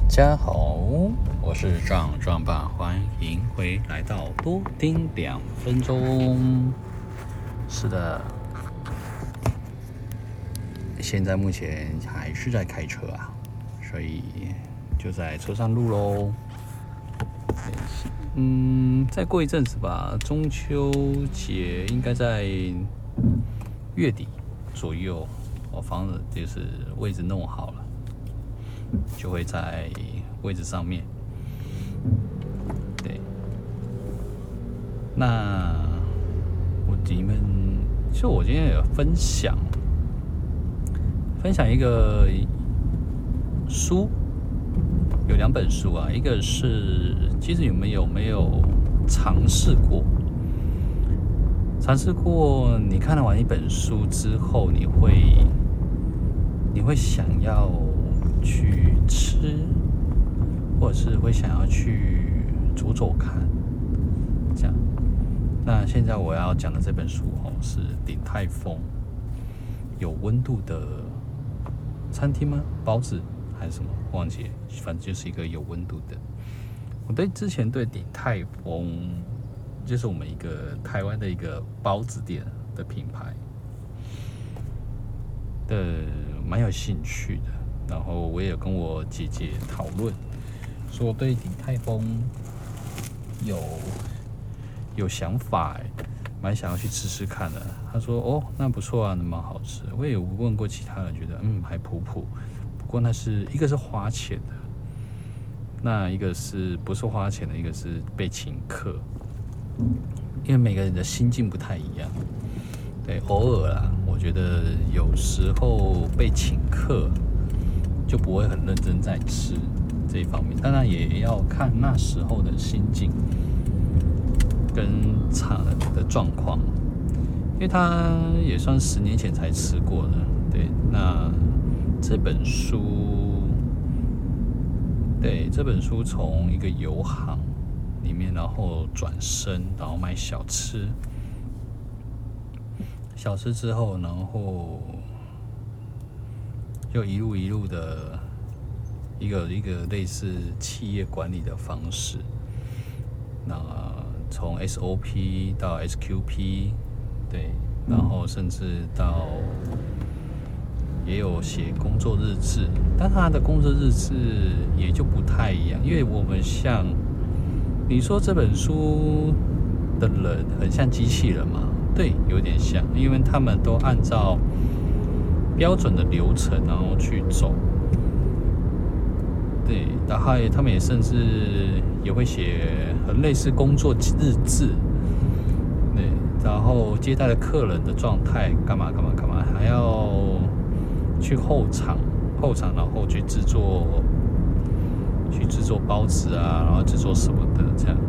家好，我是壮爸，欢迎回来到多听2分钟。是的，现在目前还是在开车啊，所以就在车上录咯。再过一阵子吧，中秋节应该在月底左右，我房子就是位置弄好了，就会在位置上面。对，那我今天有分享一个书，有2本书啊，一个是其实有没有尝试过？你看完一本书之后，你会想要去吃，或者是会想要去走看，这样。那现在我要讲的这本书是鼎泰丰有温度的餐厅吗？包子还是什么？忘记了，反正就是一个有温度的。我之前对鼎泰丰，就是我们一个台湾的一个包子店的品牌蛮有兴趣的。然后我也有跟我姐姐讨论，说我对鼎泰丰有想法，蛮想要去吃吃看的。她说那不错啊，那蛮好吃。我也有问过其他人，觉得还普。不过一个是花钱的，那一个是不是花钱的，一个是被请客。因为每个人的心境不太一样，对，偶尔啦，我觉得有时候被请客就不会很认真在吃这一方面，当然也要看那时候的心境跟场的状况，因为他也算10年前才吃过的。对，那这本书从一个油行里面，然后转身，然后卖小吃之后，然后就一路的一个类似企业管理的方式。那从 SOP 到 SQP， 对，然后甚至到也有写工作日志，但他的工作日志也就不太一样，因为我们像你说这本书的人很像机器人嘛？对，有点像，因为他们都按照标准的流程然后去走。对，然后他们也甚至也会写很类似工作日志。对，然后接待的客人的状态干嘛，还要去后场，然后去制作包子啊，然后制作什么的这样。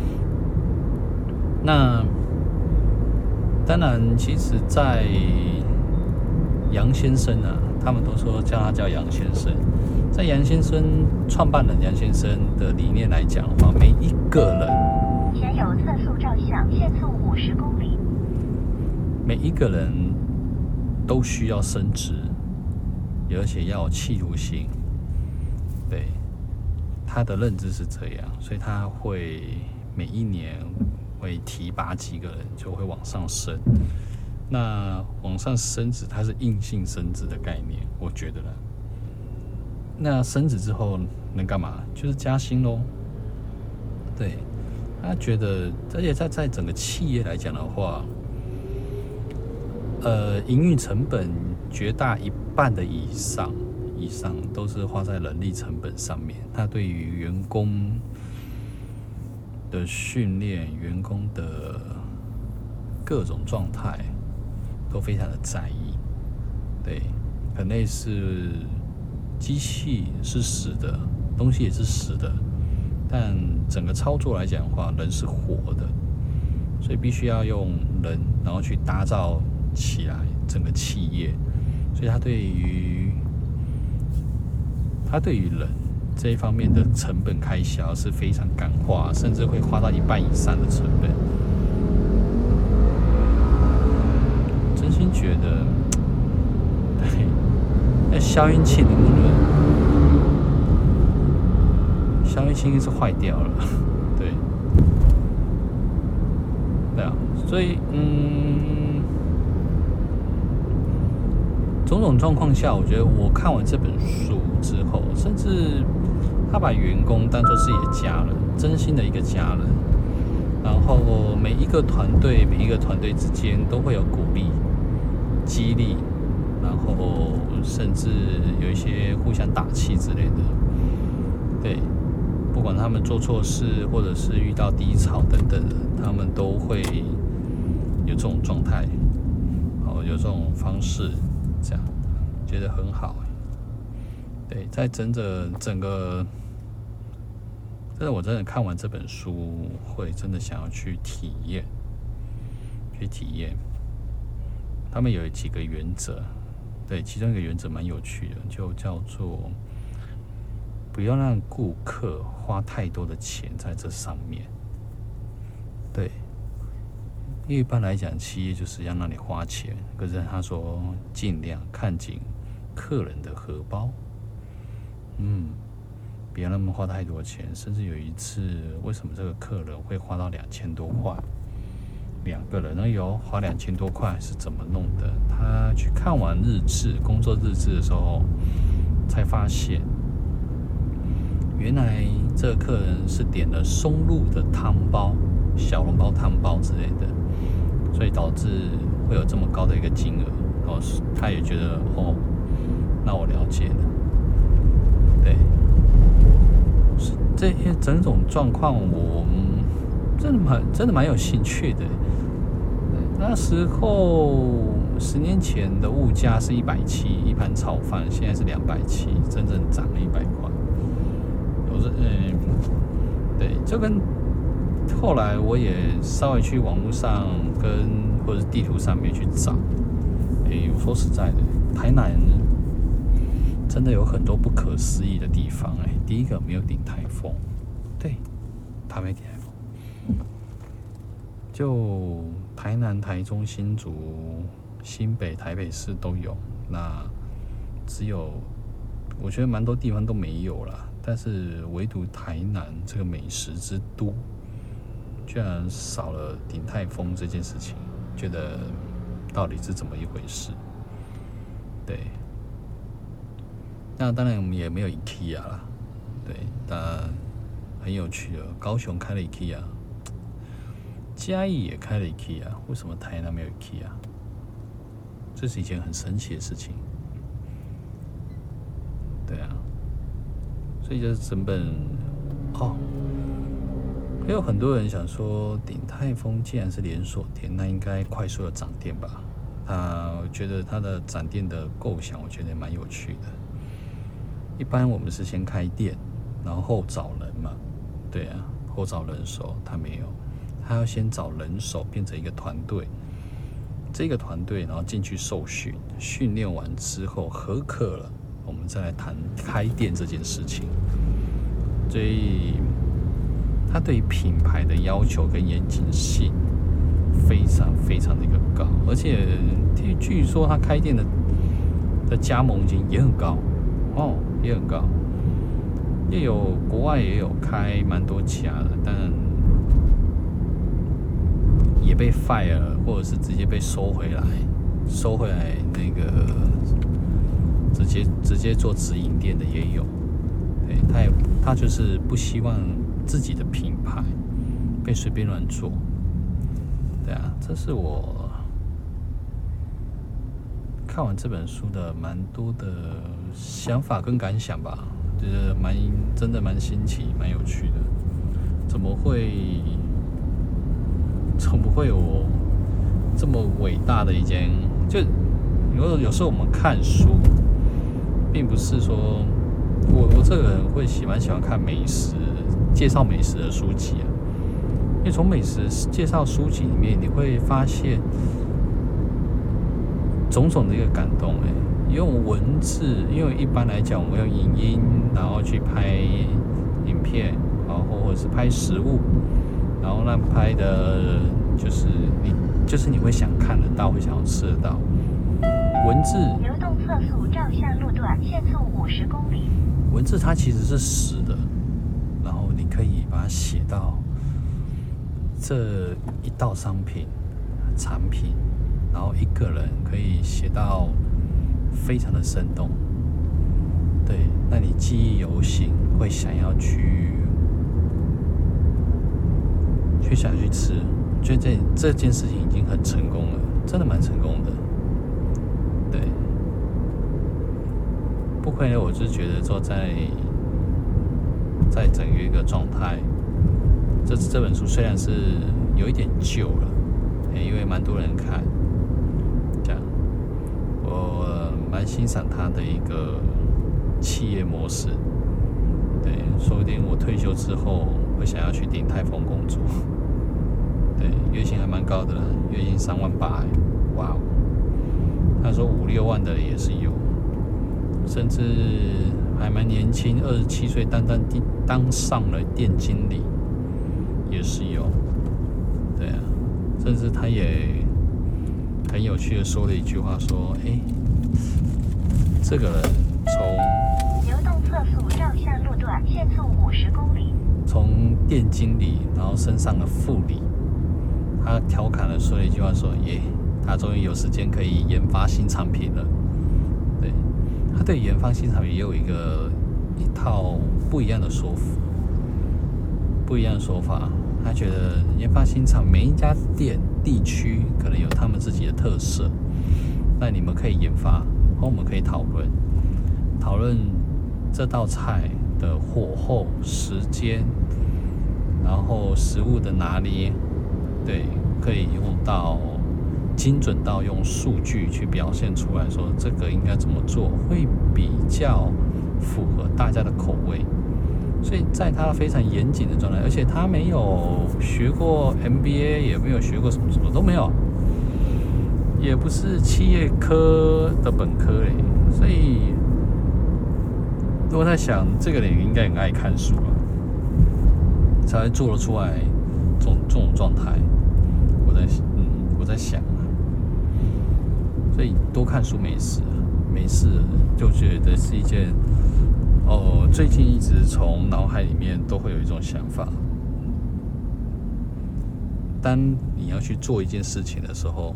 那当然，其实在杨先生啊，他们都说叫他叫杨先生。在杨先生创办人杨先生的理念来讲的话，每一个人前有测速照相，限速50公里。 每一个人都需要升职，而且要有企图心。对，他的认知是这样，所以他会每一年会提拔几个人，就会往上升。那往上升职，它是硬性升职的概念，我觉得啦。那升职之后能干嘛？就是加薪咯。对，他觉得，而且在整个企业来讲的话，营运成本绝大一半的以上都是花在人力成本上面。他对于员工的训练、员工的各种状态都非常的在意。对，很类似机器是死的，东西也是死的，但整个操作来讲的话，人是活的，所以必须要用人，然后去打造起来整个企业。所以他对于人这一方面的成本开销是非常敢花，甚至会花到1半以上的成本。真心觉得，对，那萧云庆能不能东西是坏掉了，对，对啊，所以种种状况下，我觉得我看完这本书之后，甚至他把员工当作自己的家人，真心的一个家人。然后每一个团队之间都会有鼓励、激励，然后甚至有一些互相打气之类的。对，不管他们做错事，或者是遇到低潮等等的，他们都会有这种状态，有这种方式，这样觉得很好。对，在整个。但是我真的看完这本书，会真的想要去体验。他们有几个原则，对，其中一个原则蛮有趣的，就叫做不要让顾客花太多的钱在这上面。对，因为一般来讲，企业就是要让你花钱，可是他说尽量看紧客人的荷包。不要让他们花太多钱，甚至有一次，为什么这个客人会花到2000多块？2个人而已哦，花2000多块是怎么弄的？他去看完工作日志的时候，才发现，原来这个客人是点了松露的汤包、小笼包汤包之类的，所以导致会有这么高的一个金额。然后他也觉得，那我了解了，对。这些整种状况，我真的蛮有兴趣的。那时候10年前的物价是170一盘炒饭，现在是270，真正涨了100块。对，就跟后来我也稍微去网络上或者是地图上面去找。我说实在的，台南真的有很多不可思议的地方。第一个没有顶台风，对，它没顶台风。就台南、台中、新竹、新北、台北市都有，那只有我觉得蛮多地方都没有啦。但是唯独台南这个美食之都，居然少了顶台风这件事情，觉得到底是怎么一回事？对。那当然我们也没有 IKEA 啦，对，但很有趣的，高雄开了 IKEA， 嘉义也开了 IKEA， 为什么台南没有 IKEA？ 这是一件很神奇的事情。对啊，所以就是成本也有很多人想说，鼎泰丰既然是连锁店，那应该快速的涨店吧？我觉得它的展店的构想，我觉得蛮有趣的。一般我们是先开店，然后找人嘛，对啊，后找人手，他没有，他要先找人手变成一个团队，这个团队然后进去受训，训练完之后合格了，我们再来谈开店这件事情。所以他对于品牌的要求跟严谨性非常非常的一个高，而且据说他开店的加盟金也很高也很高，国外也有开蛮多家的，但也被 fire 了，或者是直接被收回来那个直接做直营店的也有。对，他就是不希望自己的品牌被随便乱做。对啊，这是我看完这本书的蛮多的想法跟感想吧，觉得真的蛮新奇，蛮有趣的。怎么会有这么伟大的一件？就有时候我们看书，并不是说我这个人会蛮喜欢看介绍美食的书籍啊，因为从美食介绍书籍里面，你会发现种种的一个感动。用文字，因为一般来讲，我们用影音，然后去拍影片，然后或者是拍食物，然后那拍的就是你会想看得到，会想要吃得到。文字流动测速照相路段限速50公里。 文字它其实是实的，然后可以把它写到这一道商品、产品，然后一个人可以写到非常的生动，对，那你记忆犹新，会想要去吃，觉得这件事情已经很成功了，真的蛮成功的，对。不亏呢，我是觉得说在整个一个状态，这本书虽然是有一点旧了，因为蛮多人看，这样，我蛮欣赏他的一个企业模式，对，说不定我退休之后会想要去鼎泰丰工作，对，月薪还蛮高的，月薪3万8，哇哦，他说5、6万的也是有。甚至还蛮年轻，27岁当上了店经理，也是有，对啊，甚至他也很有趣的说了一句话，说，这个人从流动测速照相路段限速50公里， 从店经理，然后升上了副理，他调侃的说了一句话，说，他终于有时间可以研发新产品了。他对研发新产品也有一套不一样的说法。他觉得研发新产品，每一家店地区可能有他们自己的特色，那你们可以研发，和我们可以讨论这道菜的火候、时间，然后食物的拿捏，对，可以用到。精准到用数据去表现出来，说这个应该怎么做会比较符合大家的口味。所以在他非常严谨的状态，而且他没有学过 MBA， 也没有学过什么都没有，也不是企业科的本科嘞。所以我在想，这个人应该很爱看书啊，才会做得出来这种状态。我在想。所以多看书没事就觉得是一件最近一直从脑海里面都会有一种想法，当你要去做一件事情的时候，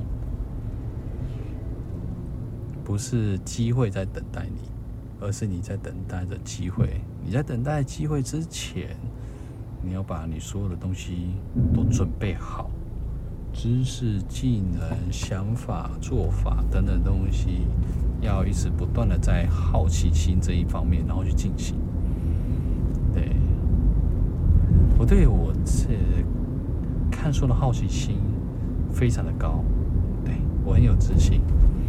不是机会在等待你，而是你在等待着机会。你在等待机会之前，你要把你所有的东西都准备好，知识、技能、想法、做法等等东西，要一直不断的在好奇心这一方面，然后去进行。对，我对我看书的好奇心非常的高，对，我很有自信。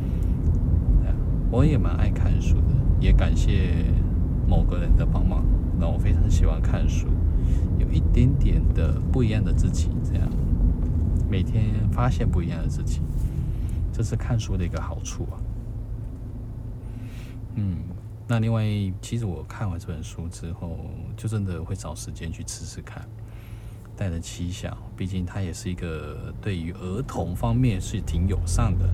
我也蛮爱看书的，也感谢某个人的帮忙，让我非常喜欢看书，有一点点的不一样的自己，这样。每天发现不一样的自己，这是看书的一个好处啊。那另外，其实我看完这本书之后，就真的会找时间去吃吃看，带着妻小，毕竟它也是一个对于儿童方面是挺友善的。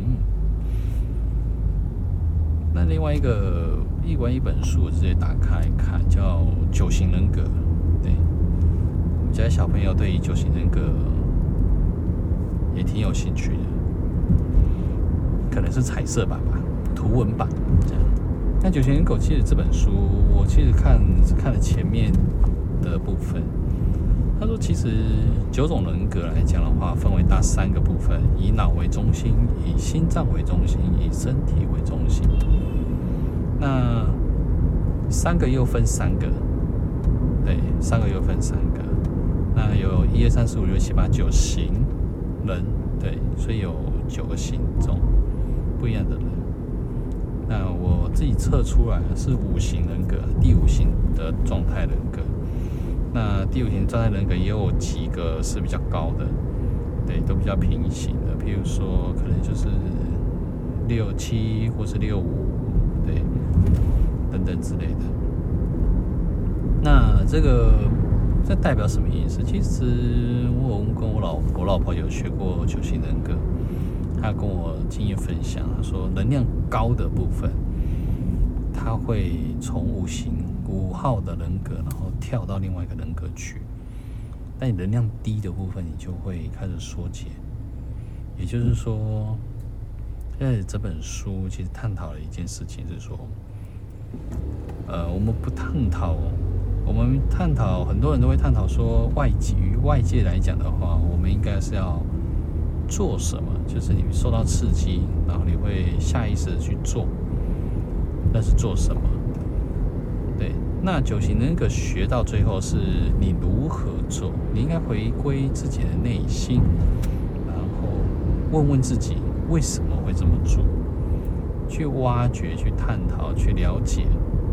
那另外一本书，我直接打开看，叫《9型人格》。对，我们家小朋友对于9型人格也挺有兴趣的，可能是彩色版吧，图文版这样。那9型人格其实这本书，我其实看了前面的部分。他说，其实9种人格来讲的话，分为大3个部分：以脑为中心，以心脏为中心，以身体为中心。那3个又分3个，对，3个又分3个。那有1、2、3、4、5、6、7、8、9型人，对，所以有9个型种不一样的人。那我自己测出来是5型人格，第5型的状态人格。那第5型状态人格也有几个是比较高的，对，都比较平行的，譬如说可能就是67或是65，对，等等之类的。那这代表什么意思？其实我跟我老婆有学过9型人格，她跟我经验分享，她说能量高的部分，她会从5 5号的人格，然后跳到另外一个人格去。但你能量低的部分，你就会开始缩减。也就是说，这本书其实探讨了一件事情，是说，我们不探讨，我们探讨，很多人都会探讨说，于外界来讲的话，我们应该是要做什么？就是你受到刺激，然后你会下意识的去做，那是做什么？对，那九型人格学到最后是你如何做？你应该回归自己的内心，然后问问自己为什么会这么做，去挖掘、去探讨、去了解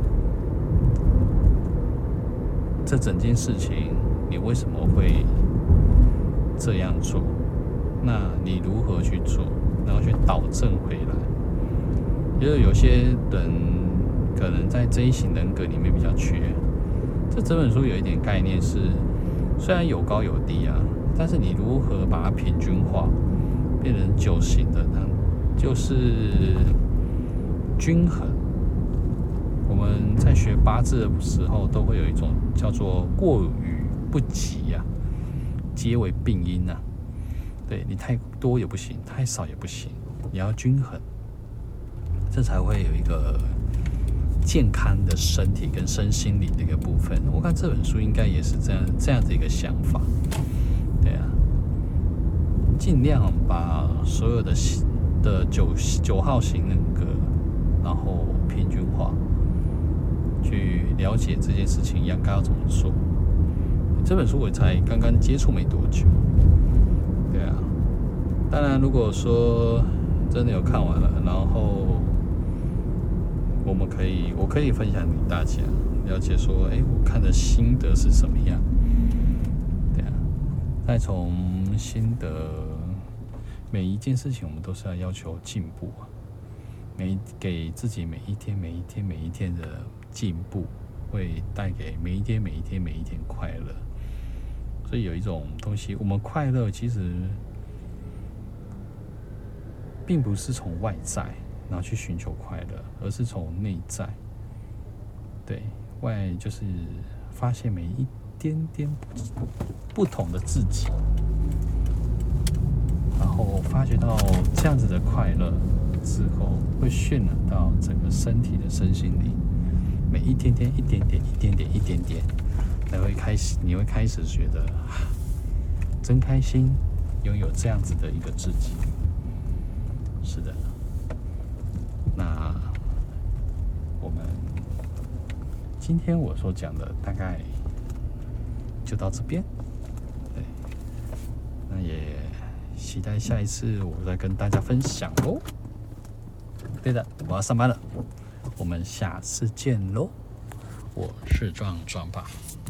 这整件事情，你为什么会这样做？那你如何去做，然后去导正回来？就是有些人可能在这一型人格里面比较缺。这本书有一点概念是，虽然有高有低啊，但是你如何把它平均化，变成9型的，那就是均衡。我们在学八字的时候，都会有一种叫做过与不及啊，皆为病因啊。对，你太多也不行，太少也不行，你要均衡，这才会有一个健康的身体跟身心灵的一个部分。我看这本书应该也是这样的一个想法。对啊，尽量把所有的9号型人格，然后平均化，去了解这件事情应该要怎么做。这本书我才刚刚接触没多久。对啊，当然如果说真的有看完了，然后我可以分享给大家了解说，我看的心得是什么样。对啊，再从心得，每一件事情我们都是要求进步啊，给自己每一天的进步，会带给每一天快乐。所以有一种东西，我们快乐其实并不是从外在然后去寻求快乐，而是从内在。对，外就是发现每一点点不同的自己，然后发觉到这样子的快乐之后，会渲染到整个身体的身心灵，每一点点你会开始觉得真开心，拥有这样子的一个自己。是的，那我们今天我所讲的大概就到这边。对，那也期待下一次我再跟大家分享哦。对的，我要上班了，我们下次见喽。我是壮壮爸。